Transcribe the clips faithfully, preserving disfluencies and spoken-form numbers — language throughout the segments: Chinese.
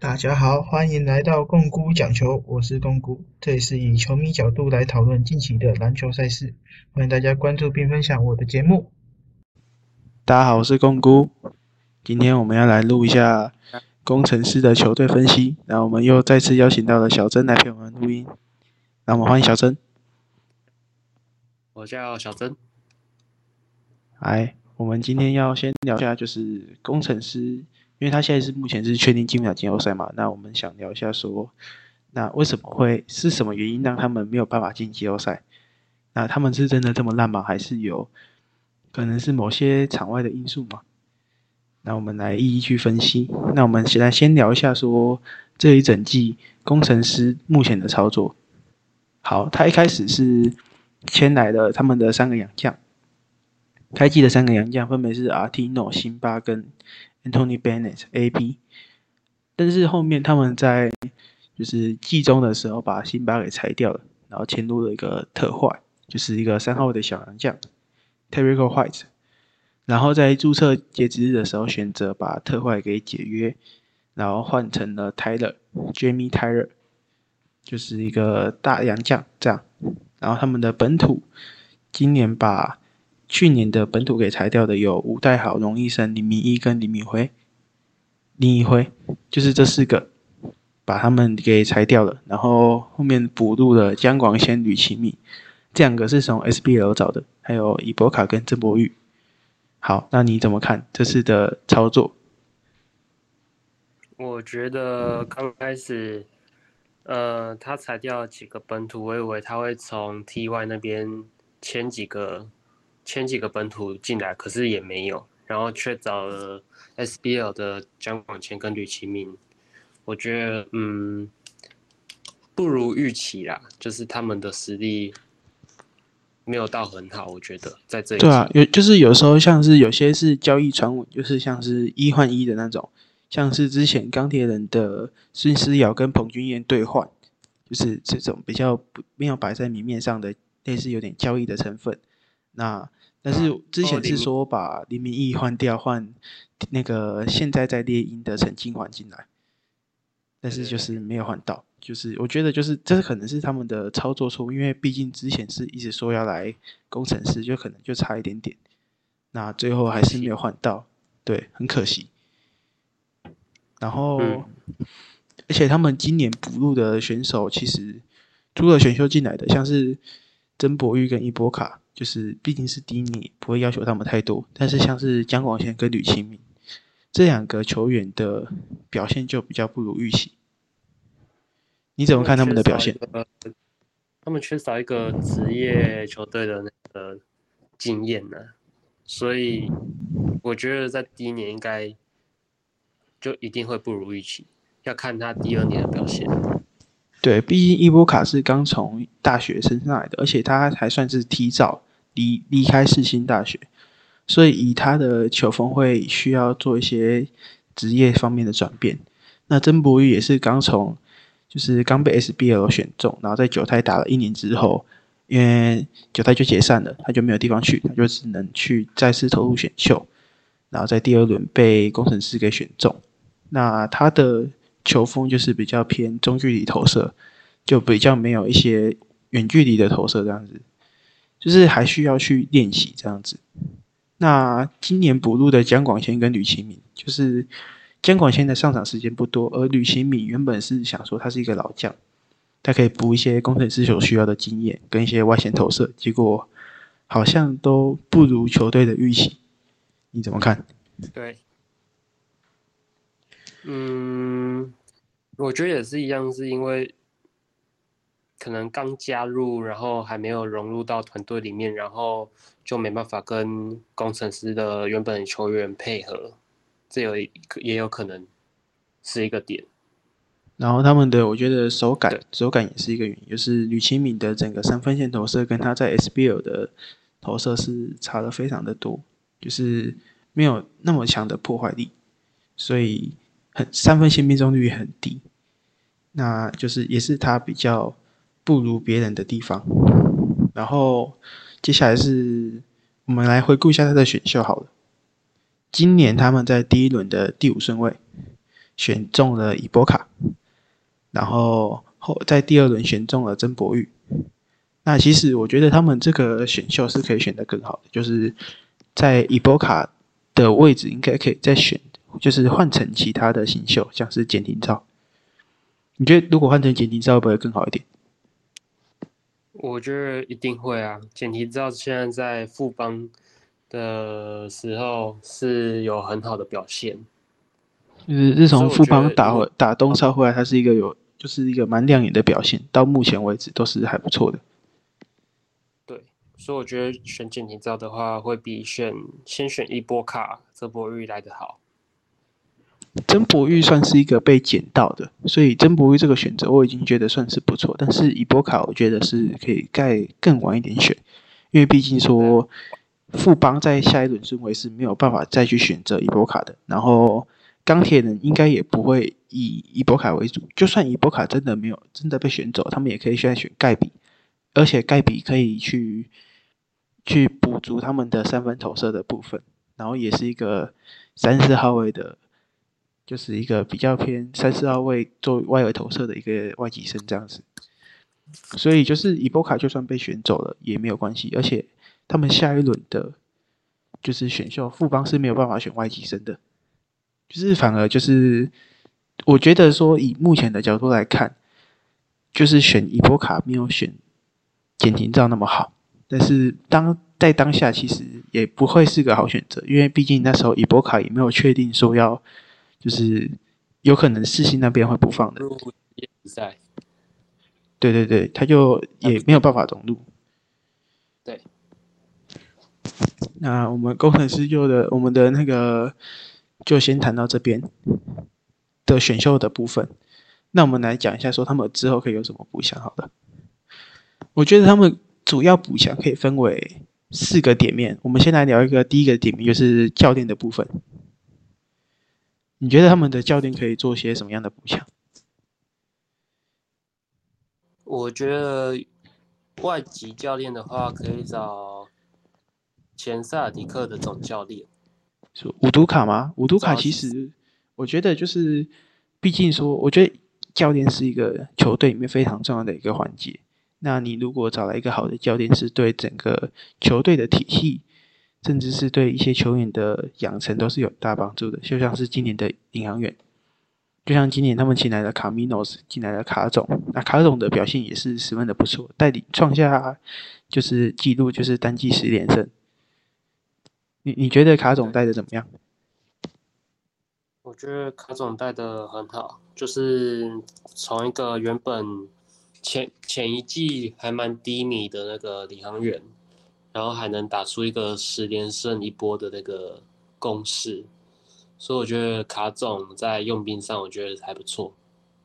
大家好，欢迎来到共估讲球，我是共估，这里是以球迷角度来讨论近期的篮球赛事，欢迎大家关注并分享我的节目。 大家好，我是共估，今天我们要来录一下工程师的球队分析，然后我们又再次邀请到了小曾来陪我们录音，让我们欢迎小曾。 我叫小曾。 来，我们今天要先聊一下就是工程师，因为他现在是目前是确定进不了季后赛嘛，那我们想聊一下说，那为什么会是什么原因让他们没有办法进季后赛？那他们是真的这么烂吗？还是有可能是某些场外的因素吗？那我们来一一去分析。那我们现在先聊一下说这一整季工程师目前的操作。好，他一开始是签来了他们的三个洋将，开季的三个洋将分别是 Artino、辛巴跟 Anthony Bennett（A B）。但是后面他们在就是季中的时候把辛巴给裁掉了，然后签入了一个特坏，就是一个三号位的小洋将 Terrico White。然后在注册截止日的时候，选择把特坏给解约，然后换成了 Tyler Jamie Tyler， 就是一个大洋将这样。然后他们的本土今年把去年的本土给裁掉的有吴代豪、荣医生、林明一跟林敏辉。林一辉就是这四个把他们给裁掉了，然后后面补入了江广贤、吕其敏，这两个是从 S B L 找的，还有伊博卡跟郑博玉。好，那你怎么看这次的操作？ 我觉得刚开始，呃，他裁掉几个本土，我以为他会从 T Y 那边签几个签几个本土进来，可是也没有，然后却找了 S B L 的江广谦跟吕其敏，我觉得嗯不如预期啦，就是他们的实力没有到很好，我觉得在这一季。 对啊，有就是有时候像是有些是交易传闻，就是像是一换一的那种，像是之前钢铁人的孙思尧跟彭君彦兑换，就是这种比较不没有摆在明面上的，类似有点交易的成分。那但是之前是说把林明义换掉，换那个现在在猎鹰的陈金环进来，但是就是没有换到。就是我觉得就是这可能是他们的操作错误，因为毕竟之前是一直说要来工程师，就可能就差一点点，那最后还是没有换到，对，很可惜。然后，嗯、而且他们今年补入的选手，其实除了选秀进来的，像是曾博玉跟伊波卡，就是毕竟是第一年，不会要求他们太多。但是像是江广贤跟吕清明这两个球员的表现就比较不如预期。你怎么看他们的表现？ 他们缺少一个职业球队的那个经验呢、啊，所以我觉得在第一年应该就一定会不如预期，要看他第二年的表现。 对，毕竟伊波卡是刚从大学升上来的，而且他还算是提早离离开世新大学，所以以他的球风会需要做一些职业方面的转变。那曾博玉也是刚从就是刚被 S B L 选中，然后在九泰打了一年之后，因为九泰就解散了，他就没有地方去，他就只能去再次投入选秀，然后在第二轮被工程师给选中。那他的球风就是比较偏中距离投射，就比较没有一些远距离的投射这样子，就是还需要去练习这样子。那今年补入的江广贤跟吕其敏，就是江广贤的上场时间不多，而吕其敏原本是想说他是一个老将，他可以补一些工程师所需要的经验跟一些外线投射，结果好像都不如球队的预期。你怎么看？ 对，嗯，我觉得也是一样，是因为可能刚加入，然后还没有融入到团队里面，然后就没办法跟工程师的原本球员配合，这有也有可能是一个点。 然后他们的我觉得手感手感也是一个原因，就是吕其敏的整个三分线投射跟他在 S B L 的投射是差的非常的多，就是没有那么强的破坏力，所以很三分线命中率很低，那就是也是他比较不如别人的地方。然后接下来是我们来回顾一下他的选秀好了。今年他们在第一轮的第五顺位， 选中了伊波卡，然后后在第二轮选中了曾博玉。那其实我觉得他们这个选秀是可以选得更好的，就是在伊波卡的位置应该可以再选，就是换成其他的新秀，像是简廷照。你觉得如果换成简廷照会不会更好一点？ 我觉得一定会啊。简廷照现在在富邦的时候是有很好的表现， 就是自从富邦打回打东超回来，他是一个有就是一个蛮亮眼的表现，到目前为止都是还不错的。 对，所以我觉得选简廷照的话，会比选先选伊波卡、曾博玉来得好。 曾博玉算是一个被捡到的，所以曾博玉这个选择我已经觉得算是不错。但是伊波卡我觉得是可以再更晚一点选，因为毕竟说富邦在下一轮顺位是没有办法再去选择伊波卡的。然后钢铁人应该也不会以伊波卡为主，就算伊波卡真的没有真的被选走，他们也可以现在选盖比，而且盖比可以去去补足他们的三分投射的部分，然后也是一个三四号位的。就是一个比较偏三四号位做外围投射的一个外籍生这样子，所以就是伊波卡就算被选走了也没有关系，而且他们下一轮的，就是选秀富邦是没有办法选外籍生的，就是反而就是我觉得说以目前的角度来看，就是选伊波卡没有选简廷照那么好，但是当在当下其实也不会是个好选择，因为毕竟那时候伊波卡也没有确定说要。就是有可能世新那边会不放的， 比赛， 对对对，他就也没有办法融入。 对， 那我们工程师就的我们的那个就先谈到这边的选秀的部分。那我们来讲一下，说他们之后可以有什么补强。好了，我觉得他们主要补强可以分为四个点面。我们先来聊一个第一个点面，就是教练的部分。你觉得他们的教练可以做些什么样的补强？ 我觉得外籍教练的话，可以找前塞尔迪克的总教练。 伍都卡吗？伍都卡其实，我觉得就是，毕竟说，我觉得教练是一个球队里面非常重要的一个环节。那你如果找来一个好的教练，是对整个球队的体系。甚至是对一些球员的养成都是有大帮助的，就像是今年的领航员，就像今年他们请来的卡米诺斯，进来的卡总，那卡总的表现也是十分的不错，带领创下就是纪录，就是单季十连胜。你你觉得卡总带的怎么样？ 我觉得卡总带的很好，就是从一个原本前前一季还蛮低迷的那个领航员。然后还能打出一个十连胜一波的那个攻势，所以我觉得卡总在用兵上，我觉得还不错。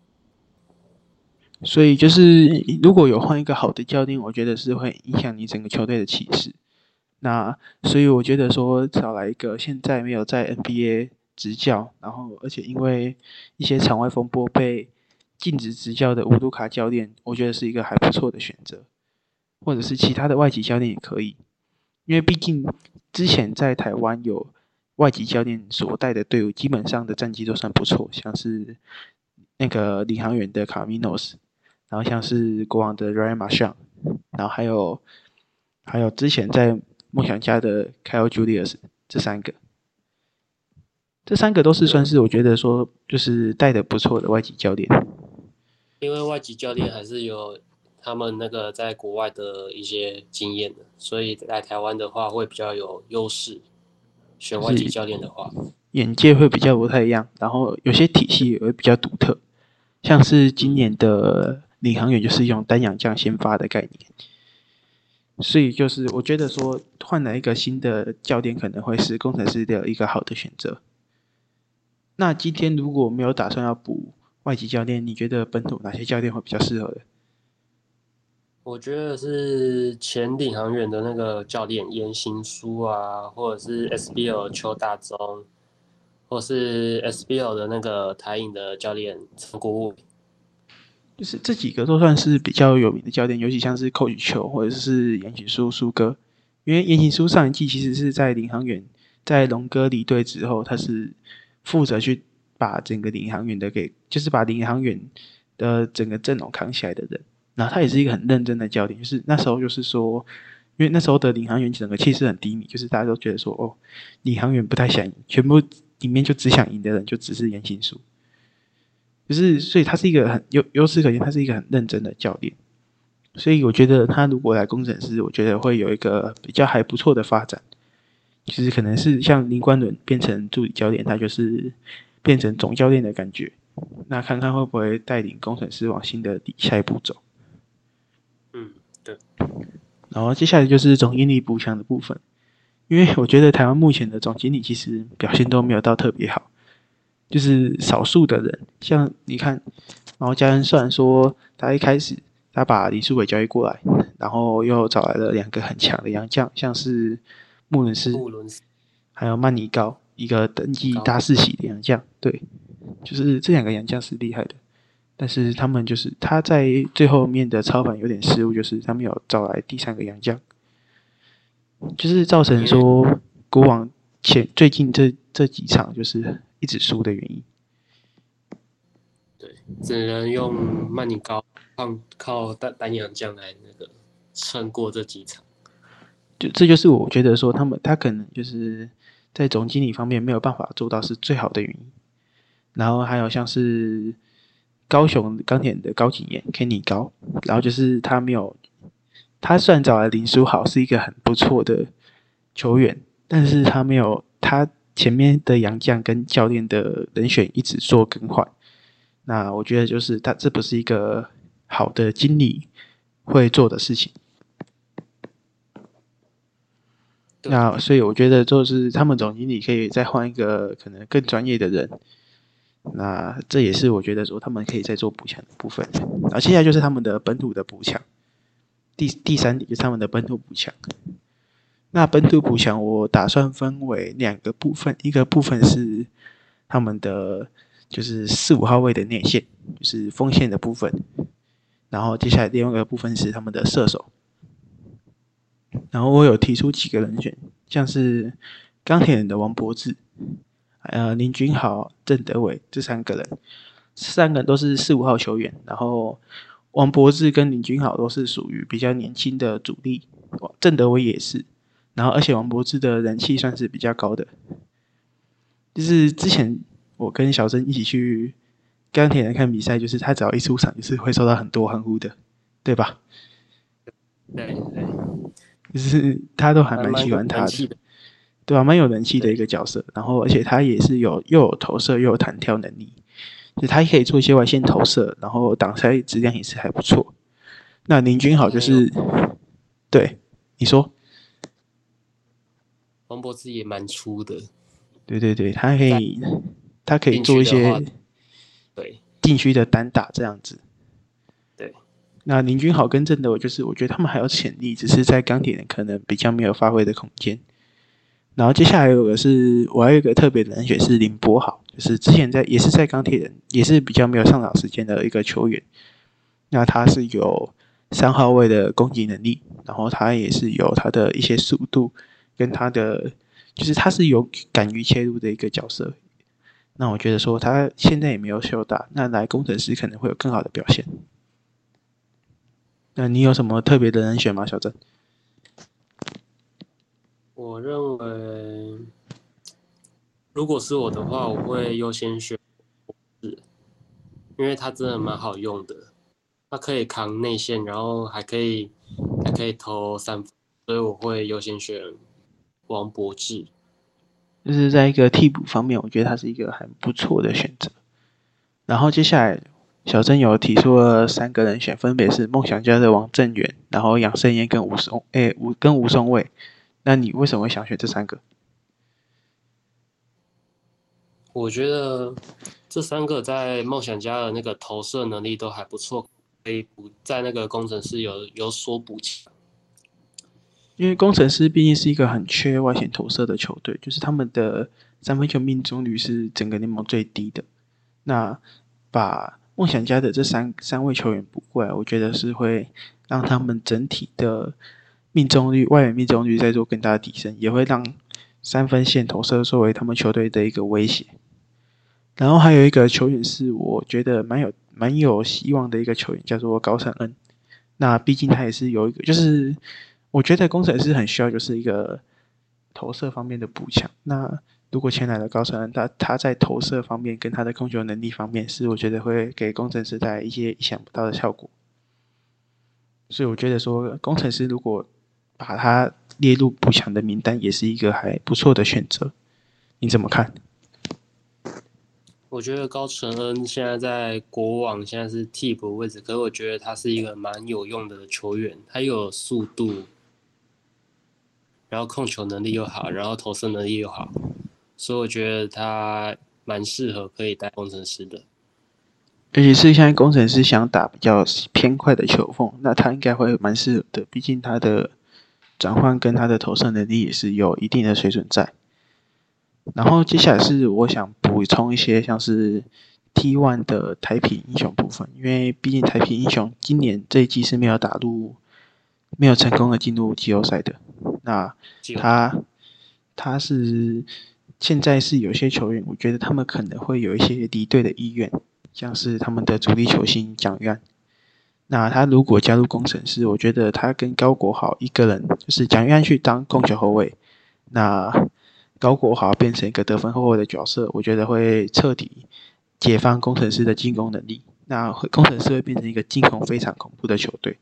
所以就是如果有换一个好的教练，我觉得是会影响你整个球队的气势。那所以我觉得说找来一个现在没有在 N B A 执教，然后而且因为一些场外风波被禁止执教的伍都卡教练，我觉得是一个还不错的选择。或者是其他的外籍教练也可以，因为毕竟之前在台湾有外籍教练所带的队伍，基本上的战绩都算不错，像是那个领航员的卡米诺斯，然后像是国王的 Ryan Marchand， 然后还有还有之前在梦想家的 Kyle Julius， 这三个，这三个都是算是我觉得说就是带的不错的外籍教练， 因为外籍教练还是有他们那个在国外的一些经验的，所以来台湾的话会比较有优势。选外籍教练的话， 眼界会比较不太一样，然后有些体系也会比较独特，像是今年的领航员就是用单阳将先发的概念，所以就是我觉得说换了一个新的教练可能会是工程师的一个好的选择。那今天如果没有打算要补外籍教练，你觉得本土哪些教练会比较适合的？ 我觉得是前领航员的那个教练严行书啊，或者是 S B L 邱大中，或是 S B L 的那个台影的教练陈国武， 就是这几个都算是比较有名的教练，尤其像是 Coach 邱或者是严行书书哥，因为严行书上一季其实是在领航员在龙哥离队之后，他是负责去把整个领航员的给，就是把领航员的整个阵容扛起来的人。然后他也是一个很认真的教练，就是那时候就是说，因为那时候的领航员整个气势很低迷，就是大家都觉得说，哦，领航员不太想赢，全部里面就只想赢的人就只是严新书，就是所以他是一个很由由此可见，他是一个很认真的教练。所以我觉得他如果来工程师，我觉得会有一个比较还不错的发展。其实可能是像林冠伦变成助理教练，他就是变成总教练的感觉。那看看会不会带领工程师往新的下一步走。 嗯，对。 然后接下来就是总经理补强的部分，因为我觉得台湾目前的总经理其实表现都没有到特别好，就是少数的人，像你看，然后家人虽然说他一开始他把林书伟交易过来，然后又找来了两个很强的洋将，像是穆伦斯， 穆伦斯还有曼尼高，一个登记大四喜的洋将，对，就是这两个洋将是厉害的。但是他们就是他在最后面的操盘有点失误，就是他们有找来第三个洋将，就是造成说国王前最近这这几场就是一直输的原因。 对，只能用曼尼高靠靠单单洋将来那个撑过这几场。 就这就是我觉得说他们他可能就是在总经理方面没有办法做到是最好的原因。然后还有像是高雄钢铁人的高景彦 Kenny 高，然后就是他没有，他虽然找来林书豪是一个很不错的球员，但是他没有他前面的洋将跟教练的人选一直做更换，那我觉得就是他这不是一个好的经理会做的事情。那所以我觉得就是他们总经理可以再换一个可能更专业的人。那这也是我觉得说他们可以再做补强的部分。然后接下来就是他们的本土的补强，第第三点就是他们的本土补强。那本土补强我打算分为两个部分，一个部分是他们的就是四五号位的内线，就是锋线的部分。然后接下来另外一个部分是他们的射手。然后我有提出几个人选，像是钢铁人的王柏智。呃，林君豪、郑德伟这三个人，这三个人都是四五号球员。然后王柏智跟林君豪都是属于比较年轻的主力，郑德伟也是。然后而且王柏智的人气算是比较高的。就是之前我跟小珍一起去钢铁人看比赛，就是他只要一出场，就是会受到很多欢呼的，对吧？ 对对， 就是他都还蛮喜欢他的。对啊，蛮有人气的一个角色，然后而且他也是有又有投射又有弹跳能力，就他可以做一些外线投射，然后挡拆质量也是还不错。那林君豪就是，对你说， 王柏智也蛮粗的， 对对对，他可以他可以做一些对禁区的单打这样子。 对， 那林君豪跟郑德伟就是我觉得他们还有潜力，只是在钢铁人可能比较没有发挥的空间。然后接下来有个是，我还有一个特别的人选是林柏豪，就是之前在也是在钢铁人，也是比较没有上场时间的一个球员。那他是有三号位的攻击能力，然后他也是有他的一些速度，跟他的就是他是有敢于切入的一个角色。那我觉得说他现在也没有秀大，那来工程师可能会有更好的表现。那你有什么特别的人选吗，小郑？ 我认为，如果是我的话，我会优先选博士，因为他真的蛮好用的，他可以扛内线，然后还可以还可以投三分，所以我会优先选王柏智。 就是在一个替补方面，我觉得他是一个很不错的选择。然后接下来，小郑有提出了三个人选，分别是梦想家的王正源，然后杨胜燕跟吴松，诶，吴跟吴松蔚。那你为什么会想选这三个？ 我觉得这三个在梦想家的那个投射能力都还不错，可以补在那个工程师有有所补强。 因为工程师毕竟是一个很缺外线投射的球队，就是他们的三分球命中率是整个联盟最低的。那把梦想家的这三三位球员补过来，我觉得是会让他们整体的命中率、外援命中率再做更大的提升，也会让三分线投射作为他们球队的一个威胁。 然后还有一个球员是我觉得蛮有蛮有希望的一个球员，叫做高承恩。那毕竟他也是有一个，就是我觉得工程师很需要就是一个投射方面的补强。那如果签来的高承恩，他他在投射方面跟他的控球能力方面，是我觉得会给工程师带来一些意想不到的效果。所以我觉得说，工程师如果把他列入补强的名单，也是一个还不错的选择。你怎么看？ 我觉得高承恩现在在国网现在是替补位置，可是我觉得他是一个蛮有用的球员，他又有速度，然后控球能力又好，然后投射能力又好，所以我觉得他蛮适合可以带工程师的。 尤其是现在工程师想打比较偏快的球风，那他应该会蛮适合的，毕竟他的转换跟他的投射能力也是有一定的水准在。然后接下来是我想补充一些像是 T 一 的台啤英雄部分，因为毕竟台啤英雄今年这一季是没有打入，没有成功的进入季后赛的。那他他是现在是有些球员，我觉得他们可能会有一些离队的意愿，像是他们的主力球星蒋玉安。那他如果加入工程师，我觉得他跟高国豪一个人，就是蒋玉安去当控球后卫，那高国豪变成一个得分后卫的角色，我觉得会彻底解放工程师的进攻能力。那工程师会变成一个进攻非常恐怖的球队。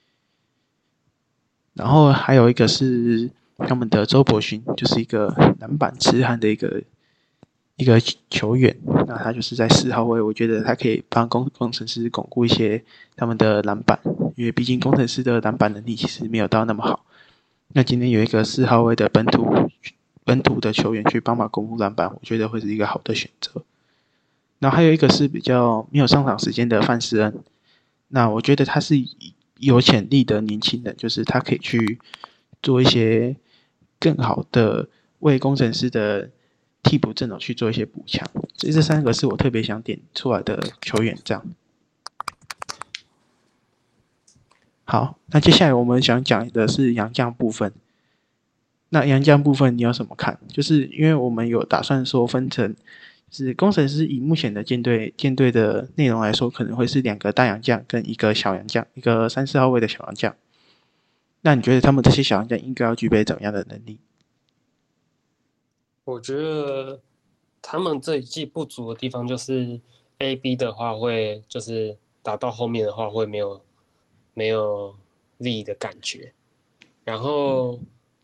然后还有一个是他们的周伯勋，就是一个篮板痴汉的一个一个球员。那他就是在四号位，我觉得他可以帮工工程师巩固一些他们的篮板，因为毕竟工程师的篮板能力其实没有到那么好。那今天有一个四号位的本土本土的球员去帮忙巩固篮板，我觉得会是一个好的选择。然后还有一个是比较没有上场时间的范思恩，那我觉得他是有潜力的年轻人，就是他可以去做一些更好的为工程师的替补阵容去做一些补强。所以这三个是我特别想点出来的球员，这样。好，那接下来我们想讲的是洋将部分。那洋将部分你有什么看？就是因为我们有打算说分成，就是工程师以目前的舰队舰队的内容来说，可能会是两个大洋将跟一个小洋将，一个三四号位的小洋将。那你觉得他们这些小洋将应该要具备怎么样的能力？ 我觉得他们这一季不足的地方就是 A B 的话会就是打到后面的话会没有没有力的感觉，然后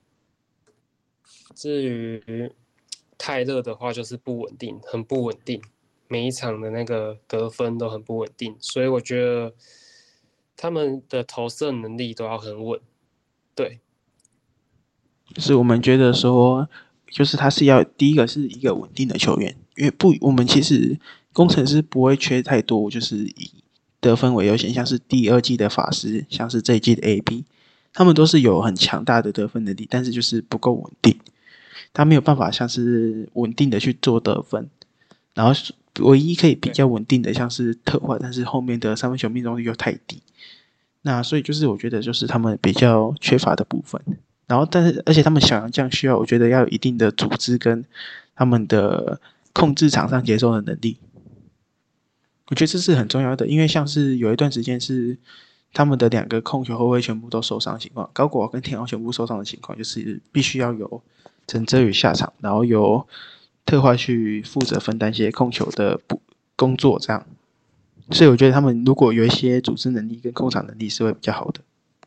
至于泰勒的话就是不稳定，很不稳定，每一场的那个得分都很不稳定，所以我觉得他们的投射能力都要很稳。对， 就是我们觉得说，就是他是要第一个是一个稳定的球员，因为不，我们其实工程师不会缺太多，就是以得分为优先，像是第二季的法师，像是这一季的 A B， 他们都是有很强大的得分能力，但是就是不够稳定，他没有办法像是稳定的去做得分，然后唯一可以比较稳定的像是特化，但是后面的三分球命中率又太低，那所以就是我觉得就是他们比较缺乏的部分。然后，但是而且他们小洋将需要，我觉得要有一定的组织跟他们的控制场上节奏的能力。我觉得这是很重要的，因为像是有一段时间是他们的两个控球后卫全部都受伤的情况，高国豪跟田浩全部受伤的情况，就是必须要有陈哲宇下场，然后由特化去负责分担一些控球的工作，这样。所以我觉得他们如果有一些组织能力跟控场能力是会比较好的。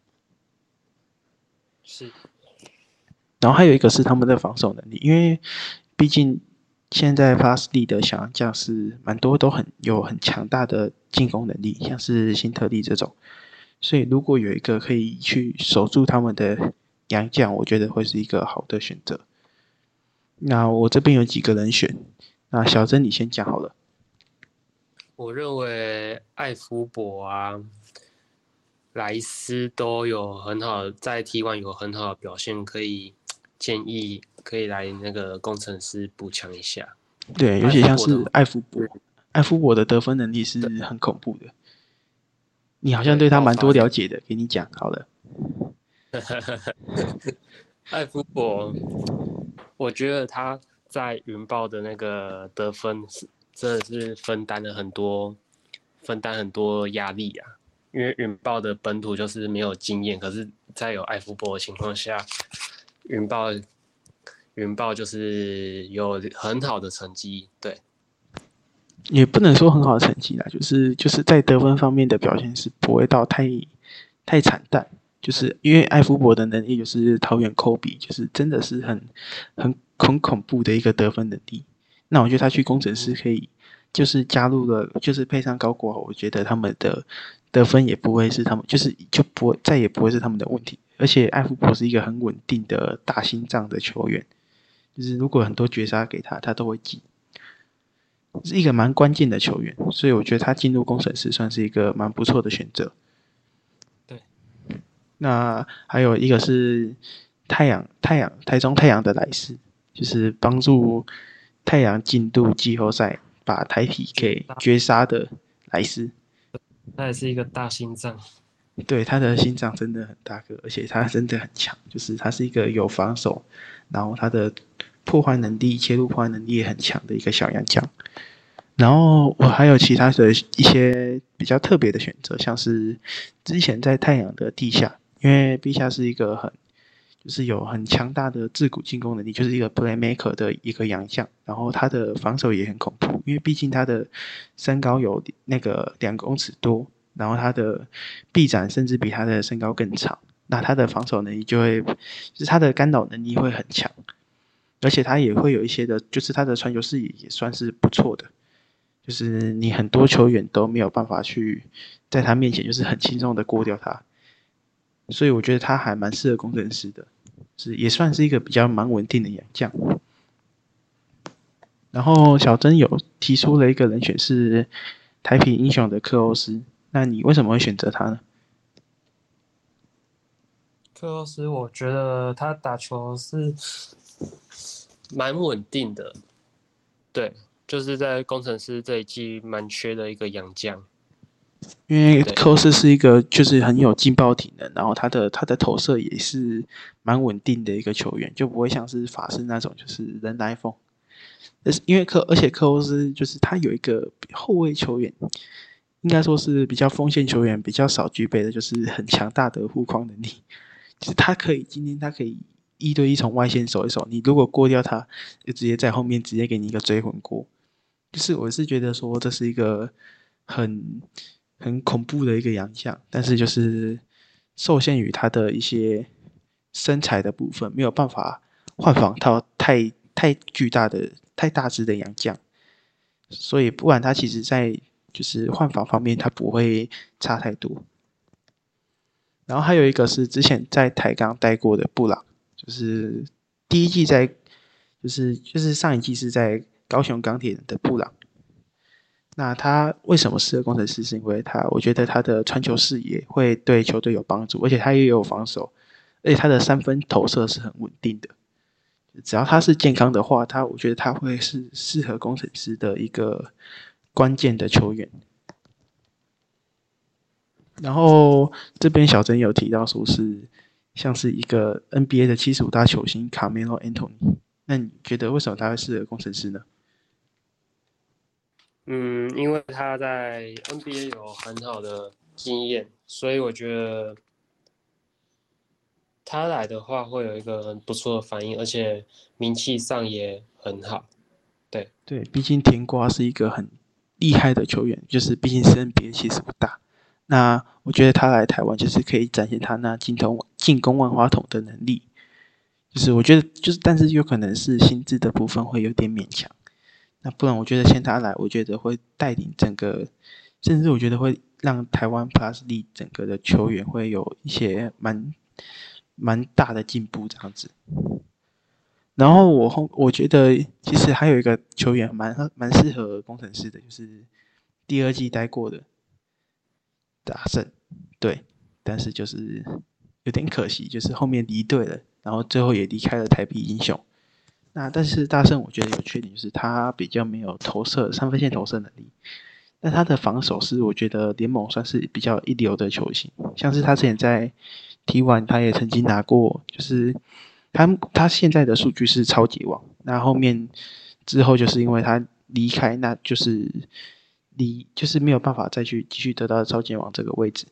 是。 然后还有一个是他们的防守能力，因为毕竟现在 Plus D 的小洋将是蛮多都很有很强大的进攻能力，像是辛特利这种，所以如果有一个可以去守住他们的洋将，我觉得会是一个好的选择。那我这边有几个人选，那小珍你先讲好了。 我认为艾福伯啊、莱斯都有很好在 T 一 有很好的表现，可以建议可以来那个工程师补强一下。 对，尤其像是艾福伯，艾福伯的得分能力是很恐怖的。你好像对他蛮多了解的，给你讲好了。 艾福伯，我觉得他在云豹的那个得分真的是分担了很多，分担很多压力啊。因为云豹的本土就是没有经验，可是，在有艾福伯的情况下，云豹云豹就是有很好的成绩，对。 也不能说很好的成绩啦，就是就是在得分方面的表现是不会到太太惨淡，就是因为艾福伯的能力就是桃园科比，就是真的是很很很恐怖的一个得分能力。那我觉得他去工程师可以，就是加入了，就是配上高国豪，我觉得他们的得分也不会是他们，就是就不会再也不会是他们的问题。而且艾福伯是一个很稳定的大心脏的球员，就是如果很多绝杀给他，他都会进。是一个蛮关键的球员，所以我觉得他进入工程师算是一个蛮不错的选择。 对， 那还有一个是太阳，太阳台中太阳的来世，就是帮助太阳进入季后赛，把台体给绝杀的来世。 他也是一个大心脏。 对，他的心脏真的很大个，而且他真的很强，就是他是一个有防守，然后他的破坏能力、切入破坏能力也很强的一个小洋将。然后我还有其他的一些比较特别的选择，像是之前在太阳的地下，因为地下是一个很就是有很强大的自古进攻能力，就是一个 playmaker 的一个洋将，然后他的防守也很恐怖，因为毕竟他的身高有那个两公尺多，然后他的臂展甚至比他的身高更长，那他的防守能力就会，就是他的干扰能力会很强，而且他也会有一些的，就是他的传球视野也算是不错的。就是你很多球员都没有办法去在他面前就是很轻松的过掉他，所以我觉得他还蛮适合工程师的，是也算是一个比较蛮稳定的洋将。然后小珍有提出了一个人选是台啤英雄的克欧斯，那你为什么会选择他呢？ 克欧斯，我觉得他打球是蛮稳定的，对。就是在工程师这一季蛮缺的一个洋将， 因为克欧斯是一个就是很有劲爆体能，然后他的他的投射也是蛮稳定的一个球员，就不会像是法师那种就是人来疯。但是因为克而且克欧斯就是他有一个后卫球员，应该说是比较锋线球员比较少具备的，就是很强大的护框能力。就是他可以今天他可以一对一从外线守一守，你如果过掉他，就直接在后面直接给你一个追魂锅。就是我是觉得说这是一个很很恐怖的一个洋将，但是就是受限于他的一些身材的部分，没有办法换防到太太巨大的太大只的洋将，所以不然他其实在就是换防方面他不会差太多。然后还有一个是之前在台钢待过的布朗，就是第一季在就是就是上一季是在高雄钢铁人的布朗，那他为什么适合工程师？是因为他，我觉得他的传球视野会对球队有帮助，而且他也有防守，而且他的三分投射是很稳定的。只要他是健康的话，他我觉得他会是适合工程师的一个关键的球员。然后这边小珍有提到说是像是一个 N B A 的七十五大球星卡梅罗·安东尼，那你觉得为什么他会适合工程师呢？ 嗯，因为他在 N B A 有很好的经验，所以我觉得他来的话会有一个很不错的反应，而且名气上也很好。对对，毕竟甜瓜是一个很厉害的球员，就是毕竟是 N B A 七十五大。那我觉得他来台湾就是可以展现他那进攻进攻万花筒的能力，就是我觉得就是，但是有可能是薪资的部分会有点勉强。那不然我觉得签他来，我觉得会带领整个，甚至我觉得会让台湾 Plus League 整个的球员会有一些蛮蛮大的进步这样子。然后我后我觉得其实还有一个球员蛮蛮适合工程师的，就是第二季待过的达胜，对，但是就是有点可惜，就是后面离队了，然后最后也离开了台啤英雄。那但是大胜我觉得有缺点，就是他比较没有投射三分线投射能力，但他的防守是我觉得联盟算是比较一流的球星，像是他之前在 T 一 他也曾经拿过，就是他他现在的数据是超级王，那后面之后就是因为他离开，那就是离就是没有办法再去继续得到超级王这个位置。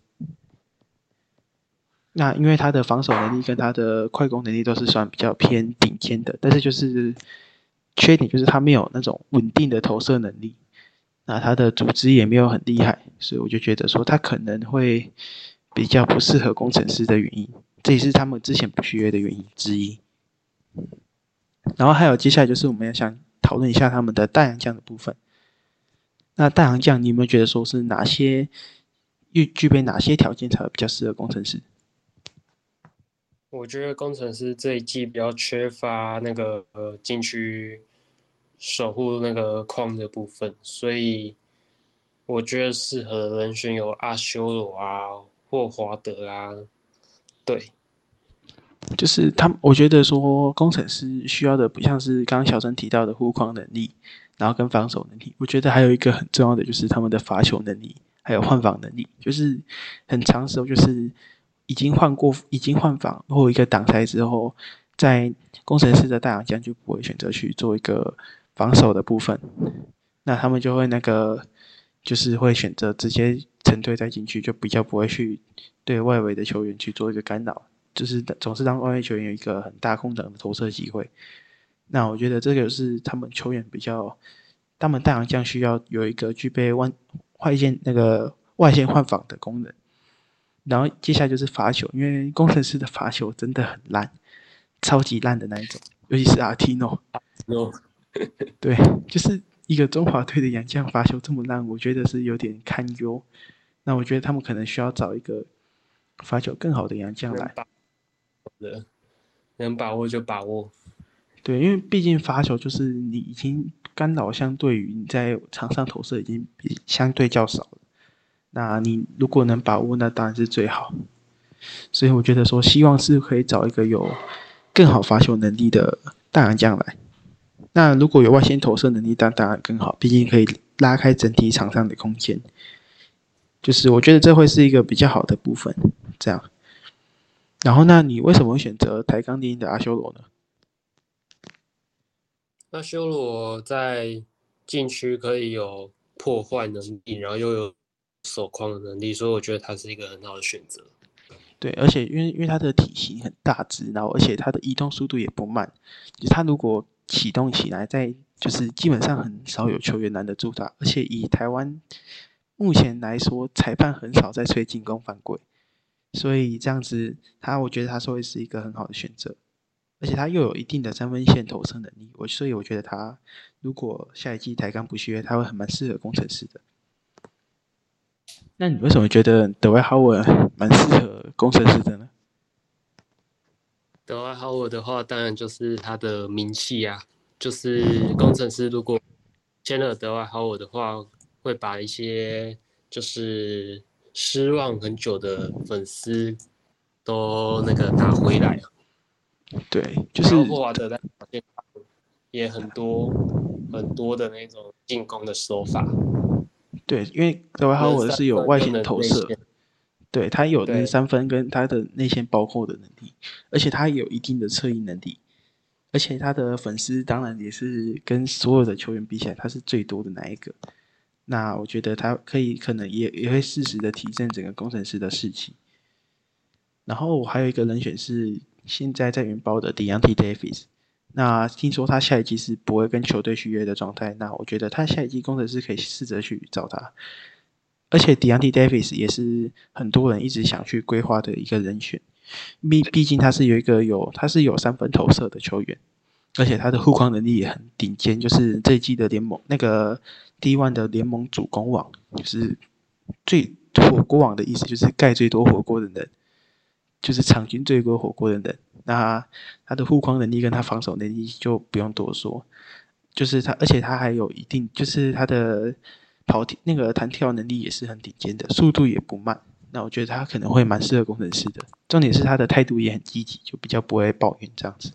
那因为他的防守能力跟他的快攻能力都是算比较偏顶尖的，但是就是缺点就是他没有那种稳定的投射能力，那他的组织也没有很厉害，所以我就觉得说他可能会比较不适合工程师的原因，这也是他们之前不续约的原因之一。然后还有接下来就是我们要想讨论一下他们的大洋将的部分。那大洋将你有没有觉得说是哪些具具备哪些条件才会比较适合工程师？ 我觉得工程师这一季比较缺乏那个呃禁区守护那个框的部分，所以我觉得适合的人选有阿修罗啊、霍华德啊，对， 就是他们，我觉得说工程师需要的不像是刚刚小陈提到的护框能力，然后跟防守能力，我觉得还有一个很重要的就是他们的罚球能力，还有换防能力，就是很长时候就是已经换过、已经换防或一个挡拆之后，在工程师的大洋将就不会选择去做一个防守的部分，那他们就会那个就是会选择直接沉退再进去，就比较不会去对外围的球员去做一个干扰。就是总是让外围球员有一个很大空档的投射机会。那我觉得这个是他们球员比较，他们大洋将需要有一个具备外外线那个外线换防的功能。然后接下来就是罚球，因为工程师的罚球真的很烂，超级烂的那一种，尤其是阿提诺。对，就是一个中华队的洋将罚球这么烂，我觉得是有点堪忧。那我觉得他们可能需要找一个罚球更好的洋将来。 的，能把握就把握。 对，因为毕竟罚球就是你已经干扰相对于你在场上投射已经比相对较少了，那你如果能把握，那当然是最好。所以我觉得说，希望是可以找一个有更好罚球能力的大洋将来。那如果有外线投射能力，当当然更好，毕竟可以拉开整体场上的空间。就是我觉得这会是一个比较好的部分，这样。然后，那你为什么会选择台钢猎鹰的阿修罗呢？ 那修罗在禁区可以有破坏能力，然后又有守框的能力，所以我觉得他是一个很好的选择。 对，而且因为因为他的体型很大只，然后而且他的移动速度也不慢，就是他如果启动起来，在就是基本上很少有球员拦得住他，而且以台湾目前来说，裁判很少在吹进攻犯规，所以这样子他我觉得他是会是一个很好的选择，而且他又有一定的三分线投射能力，我所以我觉得他如果下一季台钢不续约，他会很蛮适合工程师的。那你为什么觉得德怀哈维蛮适合工程师的呢？ 德怀哈维的话，当然就是他的名气啊，就是工程师如果签了德怀哈维的话，会把一些就是失望很久的粉丝都那个拿回来啊。 对，就是然后霍华德在表现也很多很多的那种进攻的手法。 对，因为德怀哈维是有外线投射，对，他有那三分跟他的内线包括的能力，而且他有一定的策应能力，而且他的粉丝当然也是跟所有的球员比起来，他是最多的那一个。那我觉得他可以可能也也会适时的提升整个工程师的士气。然后还有一个人选是现在在云豹的 Deontay Davis， 那听说他下一季是不会跟球队续约的状态，那我觉得他下一季工程师可以试着去找他。而且 Deontay Davis 也是很多人一直想去规划的一个人选，毕毕竟他是有一个有他是有三分投射的球员，而且他的护框能力也很顶尖，就是这一季的联盟那个 D 一 的联盟主攻网，就是最火锅网的意思就是盖最多火锅的人，就是场均最多火锅的人。那他的护框能力跟他防守能力就不用多说，就是他，而且他还有一定，就是他的跑那个弹跳能力也是很顶尖的，速度也不慢。那我觉得他可能会蛮适合工程师的。重点是他的态度也很积极，就比较不会抱怨这样子。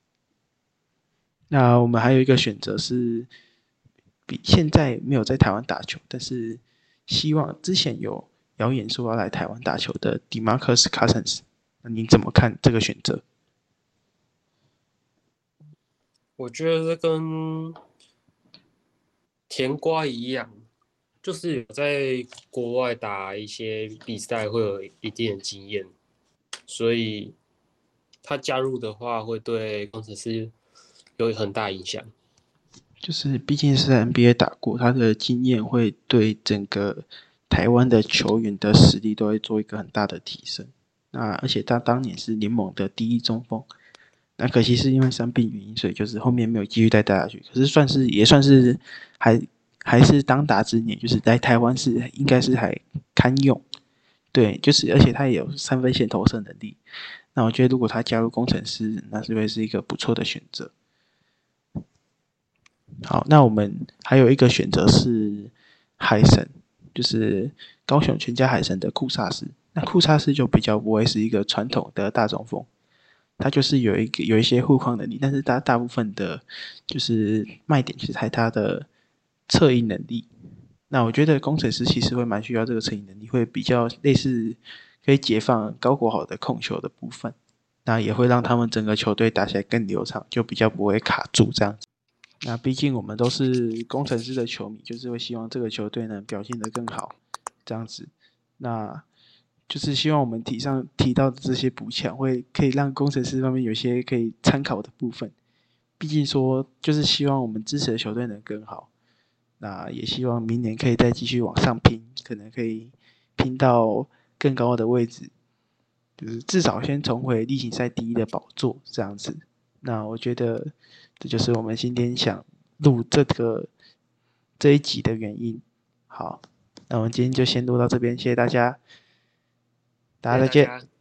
那我们还有一个选择是，比现在没有在台湾打球，但是希望之前有谣言说要来台湾打球的 DeMarcus Cousins， 那你怎么看这个选择？ 我觉得这跟甜瓜一样，就是有在国外打一些比赛会有一定的经验，所以他加入的话会对工程师有很大影响。 就是毕竟是在 N B A 打过，他的经验会对整个台湾的球员的实力都会做一个很大的提升。那而且他当年是联盟的第一中锋，那可惜是因为伤病原因，所以就是后面没有继续再带下去。可是算是也算是还还是当打之年，就是在台湾是应该是还堪用。对，就是而且他也有三分线投射能力。那我觉得如果他加入工程师，那是会是一个不错的选择。好，那我们还有一个选择是海神，就是高雄全家海神的库萨斯。那库萨斯就比较不会是一个传统的大中锋，他就是有一个有一些护框能力，但是他大部分的就是卖点是在他的策应能力。那我觉得工程师其实会蛮需要这个策应能力，会比较类似可以解放高国豪的控球的部分，那也会让他们整个球队打起来更流畅，就比较不会卡住这样子。那毕竟我们都是工程师的球迷，就是会希望这个球队能表现得更好，这样子。那就是希望我们提上提到的这些补强，会可以让工程师方面有些可以参考的部分。毕竟说，就是希望我们支持的球队能更好。那也希望明年可以再继续往上拼，可能可以拼到更高的位置，就是至少先重回例行赛第一的宝座这样子。那我觉得这就是我们今天想录这个这一集的原因。好，那我们今天就先录到这边，谢谢大家，大家再见。